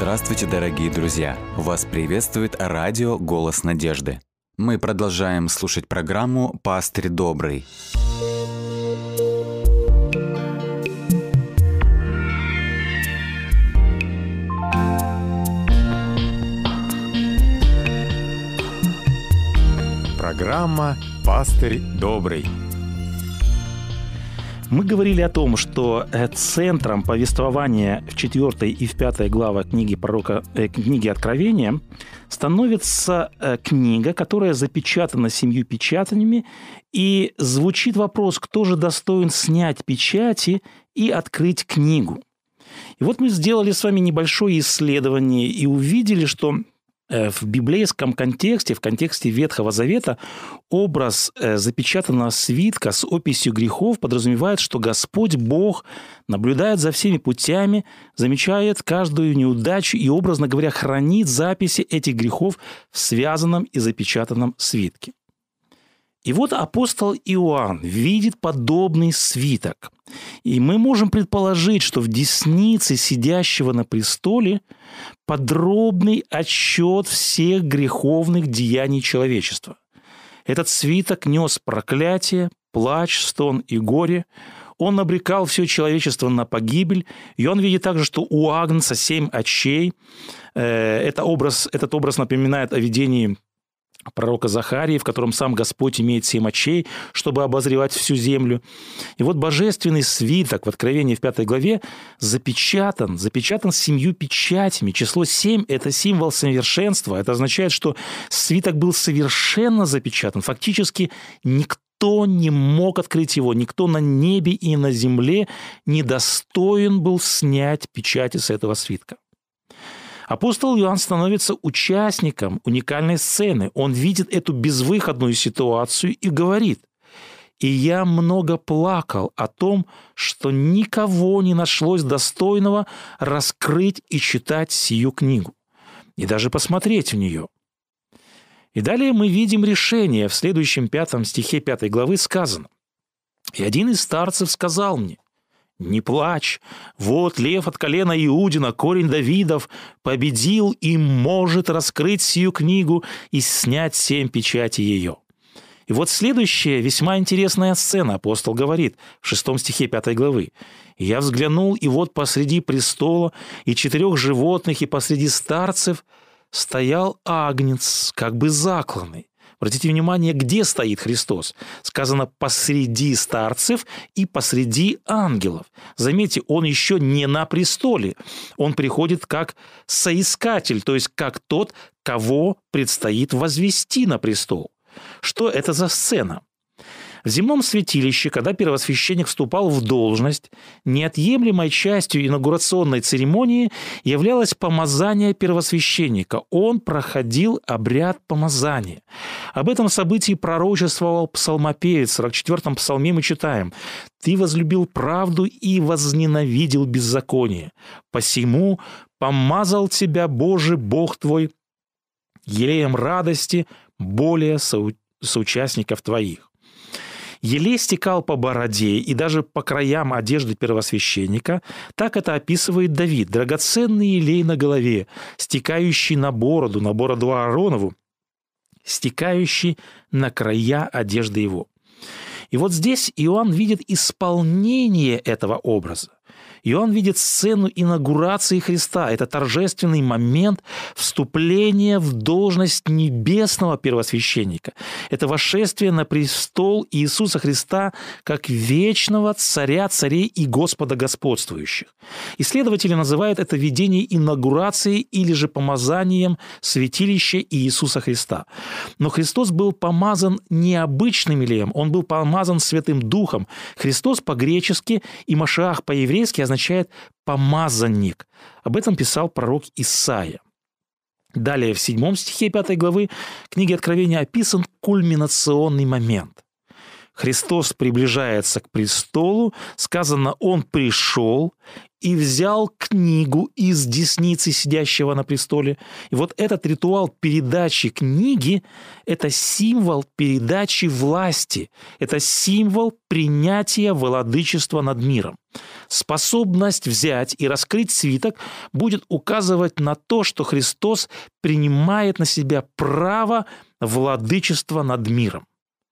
Здравствуйте, дорогие друзья! Вас приветствует радио «Голос надежды». Мы продолжаем слушать программу «Пастырь добрый». Программа «Пастырь добрый». Мы говорили о том, что центром повествования в 4 и в 5 главах книги Откровения становится книга, которая запечатана 7 печатями, и звучит вопрос, кто же достоин снять печати и открыть книгу. И вот мы сделали с вами небольшое исследование и увидели, что в библейском контексте, в контексте Ветхого Завета, образ запечатанного свитка с описью грехов подразумевает, что Господь Бог наблюдает за всеми путями, замечает каждую неудачу и, образно говоря, хранит записи этих грехов в связанном и запечатанном свитке. И вот апостол Иоанн видит подобный свиток. И мы можем предположить, что в деснице сидящего на престоле подробный отчет всех греховных деяний человечества. Этот свиток нес проклятие, плач, стон и горе. Он обрекал все человечество на погибель. И он видит также, что у Агнца 7 очей. Этот образ напоминает о видении пророка Захарии, в котором сам Господь имеет 7 очей, чтобы обозревать всю землю. И вот божественный свиток в Откровении в 5 главе запечатан 7 печатями. Число 7 – это символ совершенства. Это означает, что свиток был совершенно запечатан. Фактически никто не мог открыть его, никто на небе и на земле не достоин был снять печати с этого свитка. Апостол Иоанн становится участником уникальной сцены. Он видит эту безвыходную ситуацию и говорит: «И я много плакал о том, что никого не нашлось достойного раскрыть и читать сию книгу, и даже посмотреть в нее». И далее мы видим решение. В следующем 5 стихе 5 главы сказано: «И один из старцев сказал мне: не плачь, вот лев от колена Иудина, корень Давидов, победил и может раскрыть сию книгу и снять 7 печатей ее». И вот следующая весьма интересная сцена. Апостол говорит в 6 стихе 5 главы: «И я взглянул, и вот посреди престола и 4 животных, и посреди старцев стоял агнец, как бы закланный». Обратите внимание, где стоит Христос. Сказано посреди старцев и посреди ангелов. Заметьте, он еще не на престоле. Он приходит как соискатель, то есть как тот, кого предстоит возвести на престол. Что это за сцена? В земном святилище, когда первосвященник вступал в должность, неотъемлемой частью инаугурационной церемонии являлось помазание первосвященника. Он проходил обряд помазания. Об этом событии пророчествовал псалмопевец. В 44-м псалме мы читаем: «Ты возлюбил правду и возненавидел беззаконие. Посему помазал тебя, Боже, Бог твой, елеем радости более соучастников твоих». Елей стекал по бороде и даже по краям одежды первосвященника. Так это описывает Давид. Драгоценный елей на голове, стекающий на бороду Ааронову, стекающий на края одежды его. И вот здесь Иоанн видит исполнение этого образа. Иоанн видит сцену инаугурации Христа. Это торжественный момент вступления в должность небесного первосвященника. Это восшествие на престол Иисуса Христа как вечного царя царей и Господа господствующих. Исследователи называют это видение инаугурацией или же помазанием святилища Иисуса Христа. Но Христос был помазан необычным елеем, он был помазан Святым Духом. Христос по-гречески и Машиах по-еврейски означает «помазанник». Об этом писал пророк Исаия. Далее, в 7 стихе 5 главы книги Откровения описан кульминационный момент. Христос приближается к престолу, сказано, Он пришел и взял книгу из десницы сидящего на престоле. И вот этот ритуал передачи книги – это символ передачи власти, это символ принятия владычества над миром. Способность взять и раскрыть свиток будет указывать на то, что Христос принимает на себя право владычества над миром.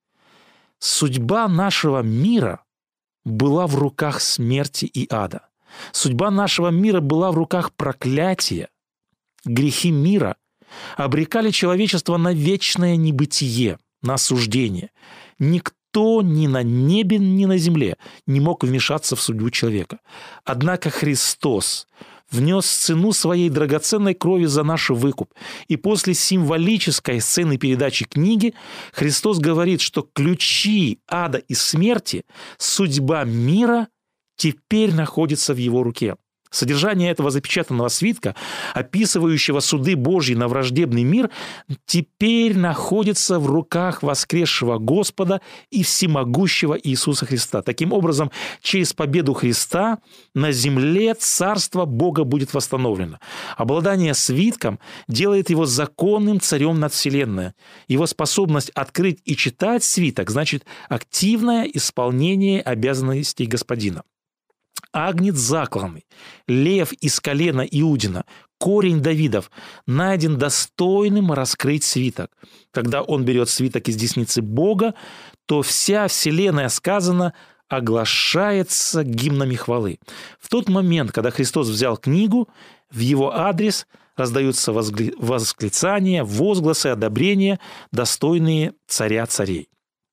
Судьба нашего мира была в руках смерти и ада. Судьба нашего мира была в руках проклятия. Грехи мира обрекали человечество на вечное небытие, на осуждение. Никто ни на небе, ни на земле не мог вмешаться в судьбу человека. Однако Христос внес цену своей драгоценной крови за наш выкуп. И после символической сцены передачи книги Христос говорит, что ключи ада и смерти, судьба мира теперь находится в его руке. Содержание этого запечатанного свитка, описывающего суды Божьи на враждебный мир, теперь находится в руках воскресшего Господа и всемогущего Иисуса Христа. Таким образом, через победу Христа на земле царство Бога будет восстановлено. Обладание свитком делает его законным царем над вселенной. Его способность открыть и читать свиток значит активное исполнение обязанностей Господина. Агнец закланный, лев из колена Иудина, корень Давидов, найден достойным раскрыть свиток. Когда он берет свиток из десницы Бога, то вся вселенная, сказано, оглашается гимнами хвалы. В тот момент, когда Христос взял книгу, в его адрес раздаются восклицания, возгласы, одобрения, достойные царя царей.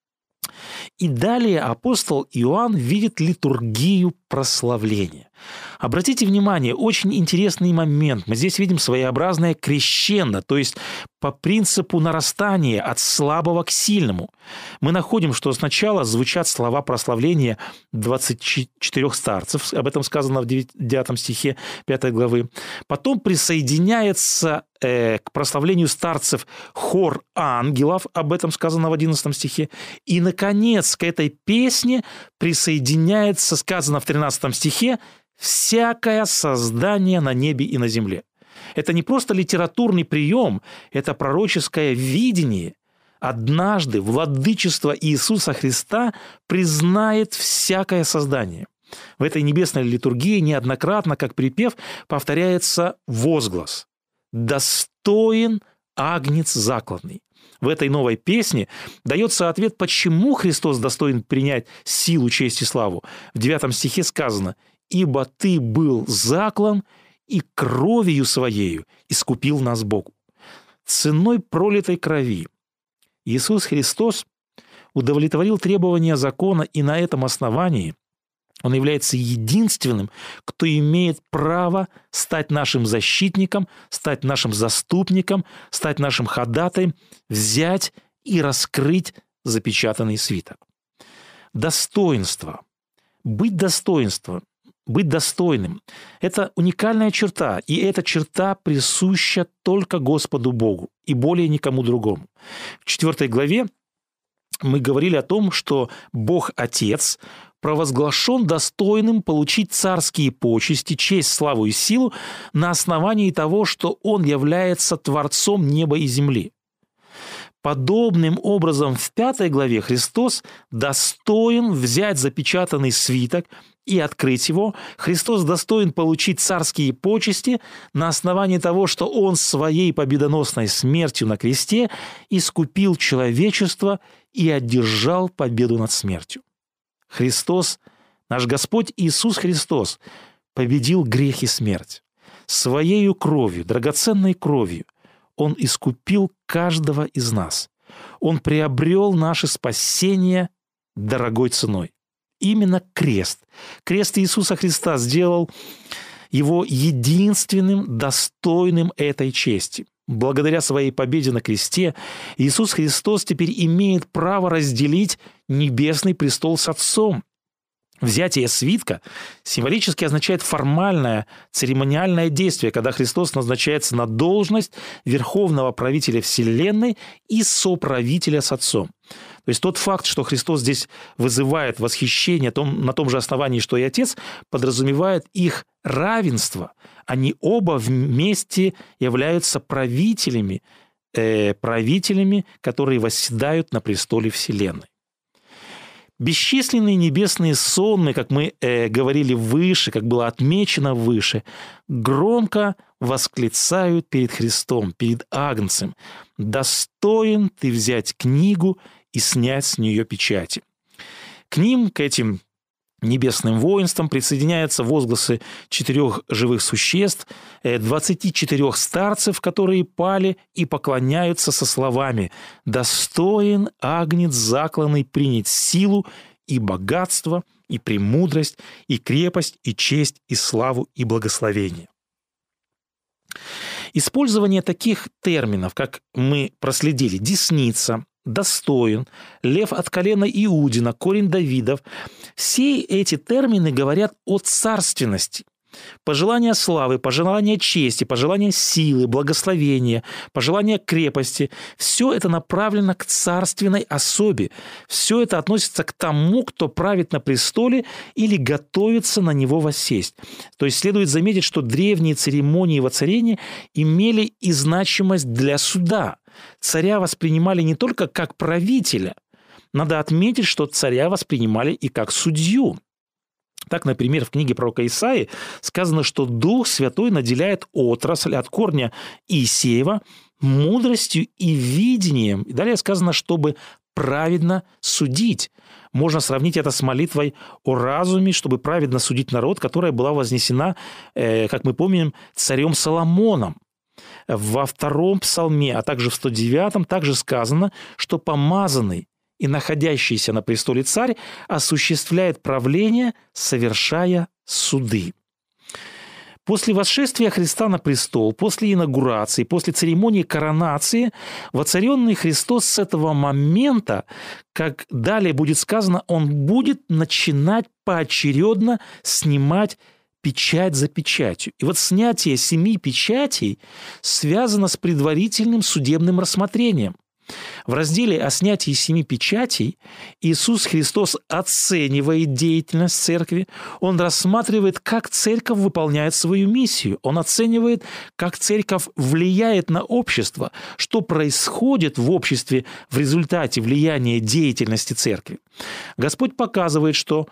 И далее апостол Иоанн видит литургию прославления. Обратите внимание, очень интересный момент. Мы здесь видим своеобразное крещендо, то есть по принципу нарастания от слабого к сильному. Мы находим, что сначала звучат слова прославления 24 старцев, об этом сказано в 9 стихе 5 главы. Потом присоединяется к прославлению старцев хор ангелов, об этом сказано в 11 стихе. И, наконец, к этой песне присоединяется, сказано в 13 стихе, «всякое создание на небе и на земле». Это не просто литературный прием, это пророческое видение. Однажды владычество Иисуса Христа признает всякое создание. В этой небесной литургии неоднократно, как припев, повторяется возглас «Достоин агнец закланный». В этой новой песне дается ответ, почему Христос достоин принять силу, честь и славу. В 9 стихе сказано: «Ибо ты был заклан, и кровью своею искупил нас Богу». Ценой пролитой крови Иисус Христос удовлетворил требования закона, и на этом основании Он является единственным, кто имеет право стать нашим защитником, стать нашим заступником, стать нашим ходатаем, взять и раскрыть запечатанный свиток. Достоинство. Быть достойным – это уникальная черта, и эта черта присуща только Господу Богу и более никому другому. В 4 главе мы говорили о том, что Бог Отец провозглашен достойным получить царские почести, честь, славу и силу на основании того, что Он является Творцом неба и земли. Подобным образом в 5 главе Христос достоин взять запечатанный свиток и открыть его. Христос достоин получить царские почести на основании того, что Он своей победоносной смертью на кресте искупил человечество и одержал победу над смертью. Христос, наш Господь Иисус Христос, победил грех и смерть. Своею кровью, драгоценной кровью, Он искупил каждого из нас. Он приобрел наше спасение дорогой ценой. Именно крест. Крест Иисуса Христа сделал Его единственным достойным этой чести. Благодаря своей победе на кресте Иисус Христос теперь имеет право разделить небесный престол с Отцом. Взятие свитка символически означает формальное, церемониальное действие, когда Христос назначается на должность верховного правителя Вселенной и соправителя с Отцом. То есть тот факт, что Христос здесь вызывает восхищение на том же основании, что и Отец, подразумевает их равенство. Они оба вместе являются правителями, которые восседают на престоле Вселенной. Бесчисленные небесные сонмы, как мы говорили выше, как было отмечено выше, громко восклицают перед Христом, перед Агнцем: «Достоин ты взять книгу и снять с нее печати». К ним, к этим небесным воинствам, присоединяются возгласы 4 живых существ, 24 старцев, которые пали и поклоняются со словами: «Достоин Агнец закланный принять силу и богатство, и премудрость, и крепость, и честь, и славу, и благословение». Использование таких терминов, как мы проследили: десница, достоин, лев от колена Иудина, корень Давидов, все эти термины говорят о царственности. Пожелание славы, пожелание чести, пожелание силы, благословения, пожелание крепости – все это направлено к царственной особе. Все это относится к тому, кто правит на престоле или готовится на него воссесть. То есть следует заметить, что древние церемонии воцарения имели и значимость для суда. Царя воспринимали не только как правителя. Надо отметить, что царя воспринимали и как судью. Так, например, в книге пророка Исаии сказано, что Дух Святой наделяет отрасль от корня Иисеева мудростью и видением. И далее сказано, чтобы праведно судить. Можно сравнить это с молитвой о разуме, чтобы праведно судить народ, которая была вознесена, как мы помним, царем Соломоном. Во 2-м псалме, а также в 109-м также сказано, что помазанный и находящийся на престоле царь осуществляет правление, совершая суды. После восшествия Христа на престол, после инаугурации, после церемонии коронации, воцаренный Христос с этого момента, как далее будет сказано, он будет начинать поочередно снимать печать за печатью. И вот снятие 7 печатей связано с предварительным судебным рассмотрением. В разделе о снятии 7 печатей Иисус Христос оценивает деятельность церкви, Он рассматривает, как церковь выполняет свою миссию, Он оценивает, как церковь влияет на общество, что происходит в обществе в результате влияния деятельности церкви. Господь показывает, что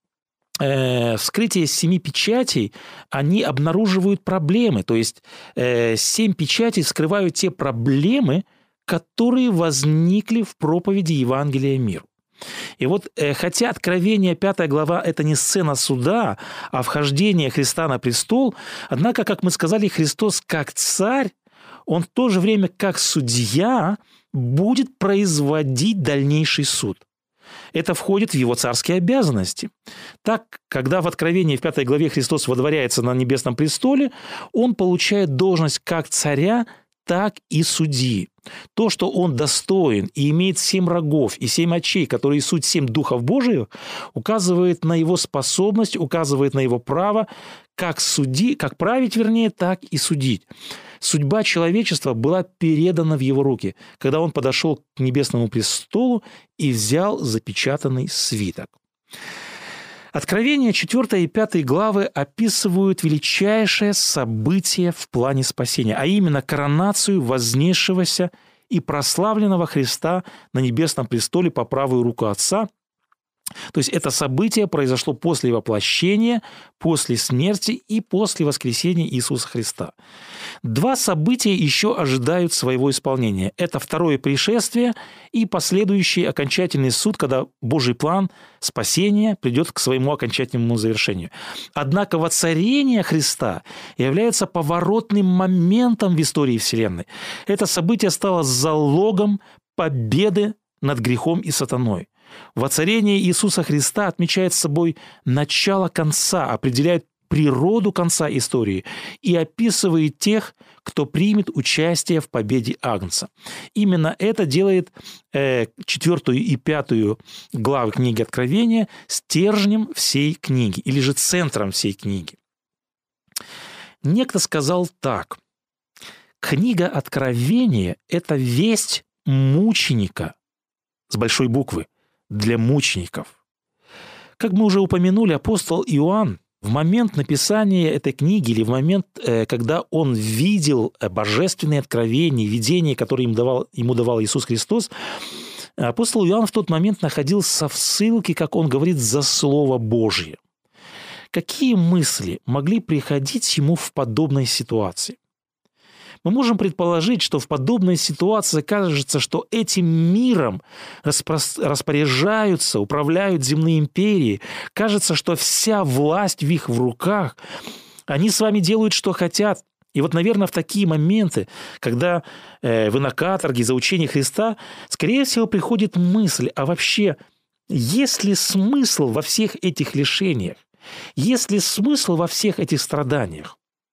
вскрытие 7 печатей, они обнаруживают проблемы, то есть 7 печатей вскрывают те проблемы, которые возникли в проповеди Евангелия миру. И вот, хотя Откровение 5 глава – это не сцена суда, а вхождение Христа на престол, однако, как мы сказали, Христос как царь, Он в то же время как судья будет производить дальнейший суд. Это входит в его царские обязанности. Так, когда в Откровении в 5 главе Христос водворяется на небесном престоле, Он получает должность как царя, так и судьи. То, что он достоин и имеет 7 рогов и 7 очей, которые суть 7 духов Божиих, указывает на его способность, указывает на его право как править, так и судить. Судьба человечества была передана в его руки, когда он подошел к небесному престолу и взял запечатанный свиток. Откровения 4 и 5 главы описывают величайшее событие в плане спасения, а именно коронацию вознесшегося и прославленного Христа на небесном престоле по правую руку Отца. То есть это событие произошло после воплощения, после смерти и после воскресения Иисуса Христа. 2 события еще ожидают своего исполнения. Это второе пришествие и последующий окончательный суд, когда Божий план спасения придет к своему окончательному завершению. Однако воцарение Христа является поворотным моментом в истории Вселенной. Это событие стало залогом победы над грехом и сатаной. Воцарение Иисуса Христа отмечает собой начало конца, определяет природу конца истории и описывает тех, кто примет участие в победе Агнца. Именно это делает 4 и 5 главы книги Откровения стержнем всей книги, или же центром всей книги. Некто сказал так: книга Откровения – это весть мученика с большой буквы, для мучеников. Как мы уже упомянули, апостол Иоанн в момент написания этой книги или в момент, когда он видел божественные откровения, видения, которые ему давал Иисус Христос, Апостол Иоанн в тот момент находился в ссылке, как он говорит, за Слово Божье. Какие мысли могли приходить ему в подобной ситуации? Мы можем предположить, что в подобной ситуации кажется, что этим миром распоряжаются, управляют земные империи. Кажется, что вся власть в их руках. Они с вами делают, что хотят. И вот, наверное, в такие моменты, когда вы на каторге за учение Христа, скорее всего, приходит мысль, а вообще, есть ли смысл во всех этих лишениях? Есть ли смысл во всех этих страданиях?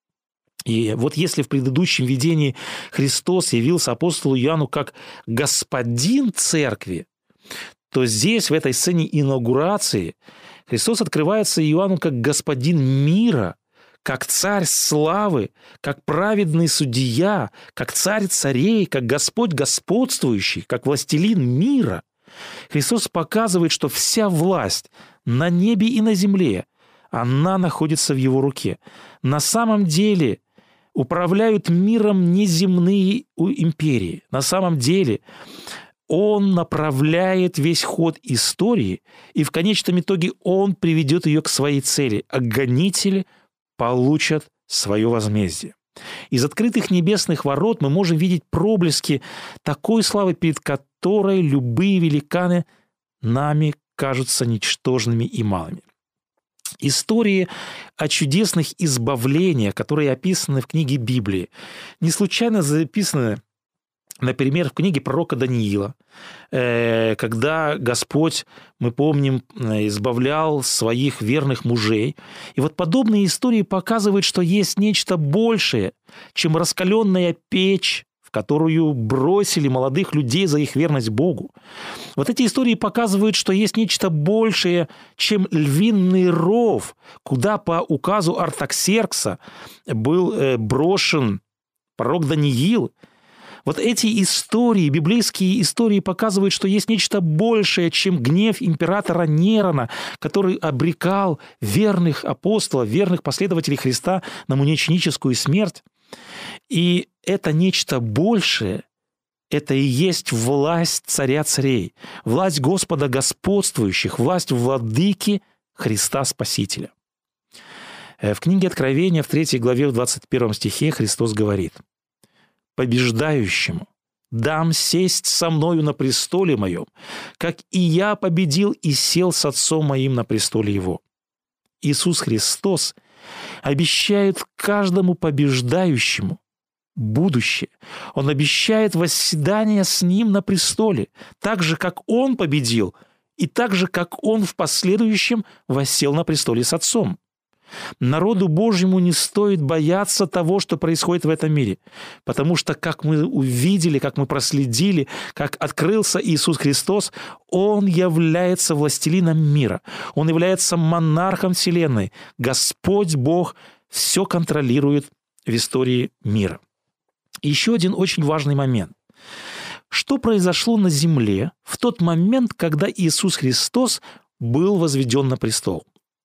И вот если в предыдущем видении Христос явился апостолу Иоанну как господин церкви, то здесь, в этой сцене инаугурации, Христос открывается Иоанну как господин мира, как царь славы, как праведный судья, как царь царей, как Господь господствующий, как властелин мира. Христос показывает, что вся власть на небе и на земле, она находится в Его руке. На самом деле управляют миром неземные империи. На самом деле Он направляет весь ход истории, и в конечном итоге Он приведет ее к своей цели, а гонители получат свое возмездие. Из открытых небесных ворот мы можем видеть проблески такой славы, перед которой любые великаны нами кажутся ничтожными и малыми. Истории о чудесных избавлениях, которые описаны в книге Библии, не случайно записаны, например, в книге пророка Даниила, когда Господь, мы помним, избавлял своих верных мужей. И вот подобные истории показывают, что есть нечто большее, чем раскаленная печь, в которую бросили молодых людей за их верность Богу. Вот эти истории показывают, что есть нечто большее, чем львиный ров, куда по указу Артаксеркса был брошен пророк Даниил. Вот эти истории, библейские истории показывают, что есть нечто большее, чем гнев императора Нерона, который обрекал верных апостолов, верных последователей Христа на мученическую смерть. И это нечто большее, это и есть власть царя царей, власть Господа господствующих, власть владыки Христа Спасителя. В книге Откровения, в 3 главе, в 21 стихе Христос говорит: «Побеждающему дам сесть со мною на престоле моем, как и я победил и сел с Отцом моим на престоле его». Иисус Христос обещает каждому побеждающему будущее. Он обещает восседание с Ним на престоле, так же, как Он победил, и так же, как Он в последующем воссел на престоле с Отцом. Народу Божьему не стоит бояться того, что происходит в этом мире, потому что, как мы увидели, как мы проследили, как открылся Иисус Христос, Он является властелином мира, Он является монархом вселенной. Господь Бог все контролирует в истории мира. Еще один очень важный момент. Что произошло на земле в тот момент, когда Иисус Христос был возведен на престол?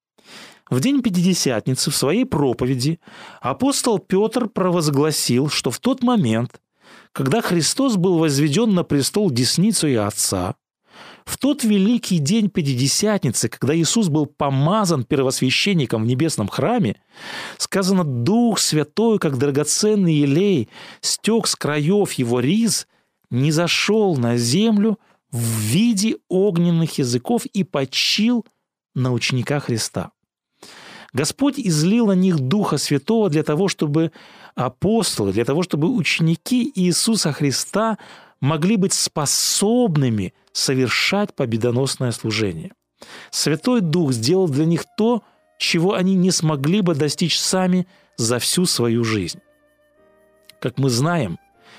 В день Пятидесятницы в своей проповеди апостол Петр провозгласил, что в тот момент, когда Христос был возведен на престол десницею Отца, в тот великий день Пятидесятницы, когда Иисус был помазан первосвященником в небесном храме, сказано: «Дух Святой, как драгоценный елей, стек с краев его риз, низошел на землю в виде огненных языков и почил на ученика Христа». Господь излил на них Духа Святого для того, чтобы апостолы, для того, чтобы ученики Иисуса Христа могли быть способными совершать победоносное служение. Святой Дух сделал для них то, чего они не смогли бы достичь сами за всю свою жизнь. Как мы знаем,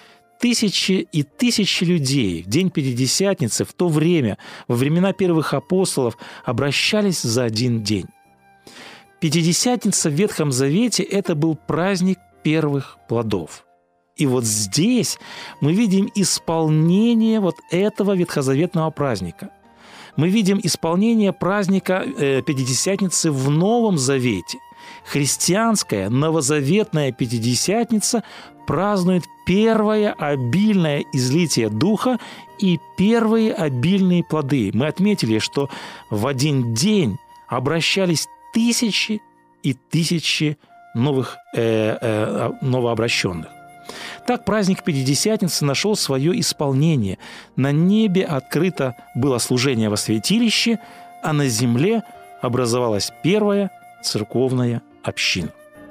тысячи и тысячи людей в день Пятидесятницы в то время, во времена первых апостолов, обращались за один день. Пятидесятница в Ветхом Завете – это был праздник первых плодов. И вот здесь мы видим исполнение вот этого ветхозаветного праздника. Мы видим исполнение праздника Пятидесятницы в Новом Завете. Христианская новозаветная Пятидесятница празднует первое обильное излитие Духа и первые обильные плоды. Мы отметили, что в один день обращались тысячи и тысячи новообращенных. Так праздник Пятидесятницы нашел свое исполнение. На небе открыто было служение во святилище, а на земле образовалась первая церковная община.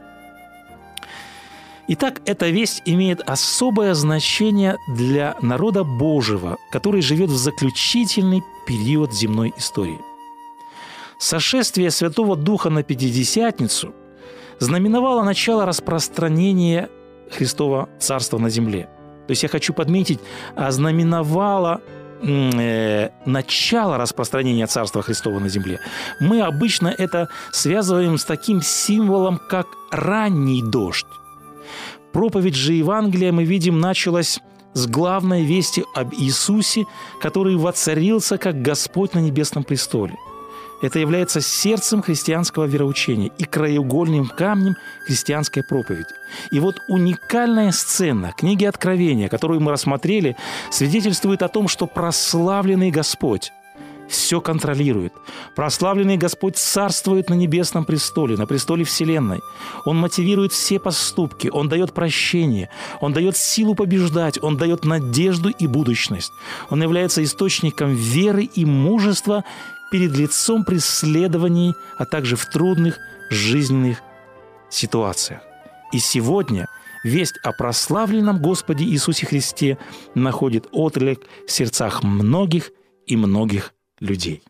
Итак, эта весть имеет особое значение для народа Божьего, который живет в заключительный период земной истории. Сошествие Святого Духа на Пятидесятницу знаменовало начало распространения Христова Царства на земле. То есть я хочу подметить, ознаменовало начало распространения Царства Христова на земле. Мы обычно это связываем с таким символом, как ранний дождь. Проповедь же Евангелия, мы видим, началась с главной вести об Иисусе, который воцарился как Господь на небесном престоле. Это является сердцем христианского вероучения и краеугольным камнем христианской проповеди. И вот уникальная сцена книги Откровения, которую мы рассмотрели, свидетельствует о том, что прославленный Господь все контролирует. Прославленный Господь царствует на небесном престоле, на престоле Вселенной. Он мотивирует все поступки, Он дает прощение, Он дает силу побеждать, Он дает надежду и будущность. Он является источником веры и мужества перед лицом преследований, а также в трудных жизненных ситуациях. И сегодня весть о прославленном Господе Иисусе Христе находит отклик в сердцах многих и многих людей.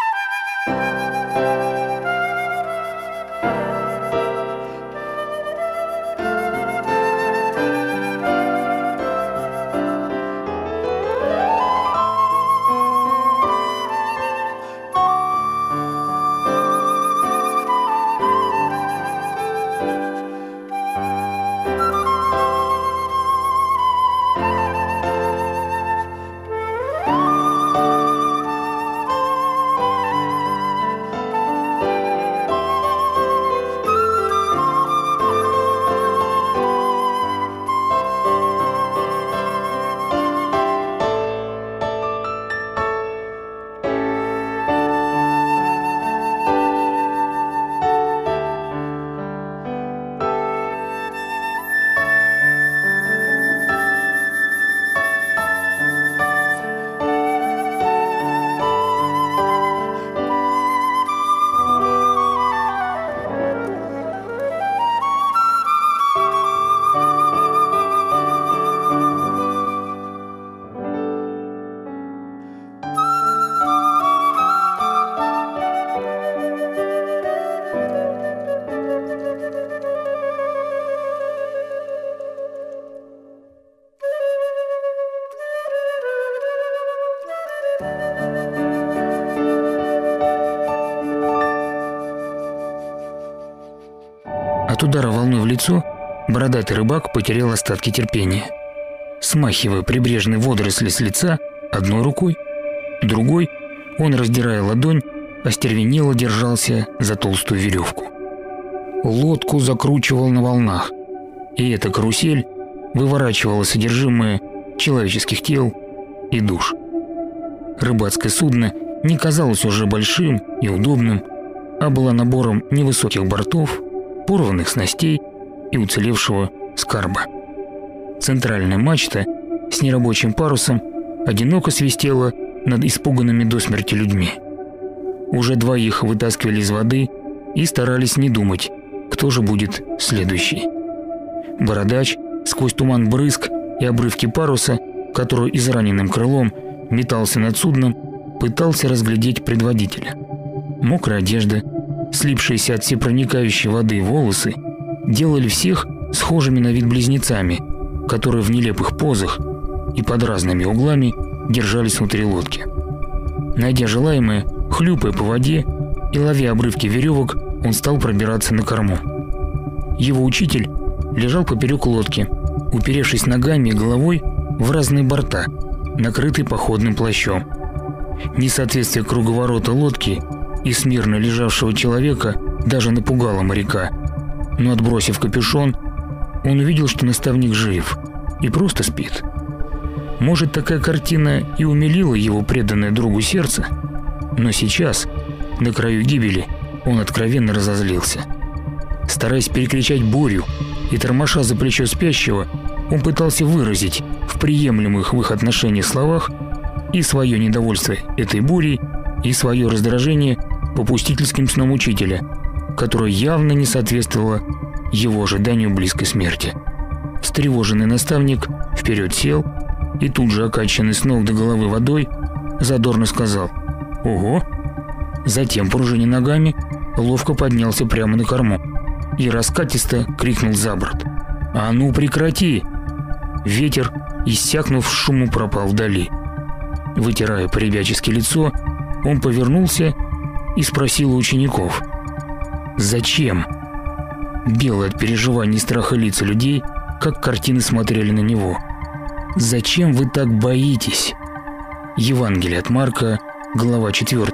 От удара волны в лицо бородатый рыбак потерял остатки терпения. Смахивая прибрежные водоросли с лица одной рукой, другой он, раздирая ладонь, остервенело держался за толстую веревку. Лодку закручивал на волнах, и эта карусель выворачивала содержимое человеческих тел и душ. Рыбацкое судно не казалось уже большим и удобным, а было набором невысоких бортов, порванных снастей и уцелевшего скарба. Центральная мачта с нерабочим парусом одиноко свистела над испуганными до смерти людьми. Уже двоих вытаскивали из воды и старались не думать, кто же будет следующий. Бородач сквозь туман брызг и обрывки паруса, который израненным крылом метался над судном, пытался разглядеть предводителя. Мокрая одежда, слипшиеся от всепроникающей воды волосы делали всех схожими на вид близнецами, которые в нелепых позах и под разными углами держались внутри лодки. Найдя желаемое, хлюпая по воде и ловя обрывки веревок, он стал пробираться на корму. Его учитель лежал поперек лодки, уперевшись ногами и головой в разные борта, накрытый походным плащом. Несоответствие круговорота лодки и смирно лежавшего человека даже напугало моряка, но, отбросив капюшон, он увидел, что наставник жив и просто спит. Может, такая картина и умилила его преданное другу сердце, но сейчас, на краю гибели, он откровенно разозлился. Стараясь перекричать бурю и тормоша за плечо спящего, он пытался выразить в приемлемых в их отношениях словах и свое недовольство этой бурей, и свое раздражение попустительским сном учителя, которое явно не соответствовало его ожиданию близкой смерти. Встревоженный наставник вперед сел и тут же, окачанный с ног до головы водой, задорно сказал «Ого!». Затем, пружиня ногами, ловко поднялся прямо на корму и раскатисто крикнул за борт: «А ну прекрати!». Ветер, иссякнув шуму, пропал вдали. Вытирая по-ребячески лицо, он повернулся и спросил у учеников: «Зачем?». Белые от переживаний и страха лица людей, как картины, смотрели на него. «Зачем вы так боитесь?». Евангелие от Марка, глава 4.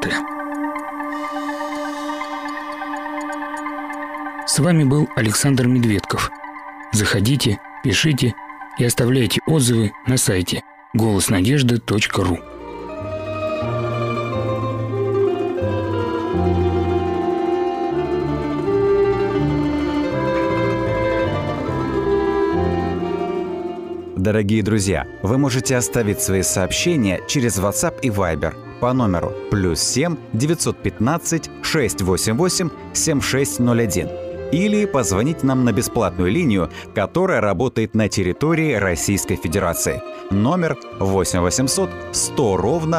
С вами был Александр Медведков. Заходите, пишите и оставляйте отзывы на сайте голоснадежды.ру. Дорогие друзья, вы можете оставить свои сообщения через WhatsApp и Viber по номеру +7 915 688 7601 или позвонить нам на бесплатную линию, которая работает на территории Российской Федерации. Номер 8 800 100 ровно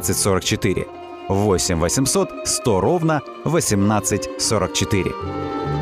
1844. 8 800 100 ровно 1844.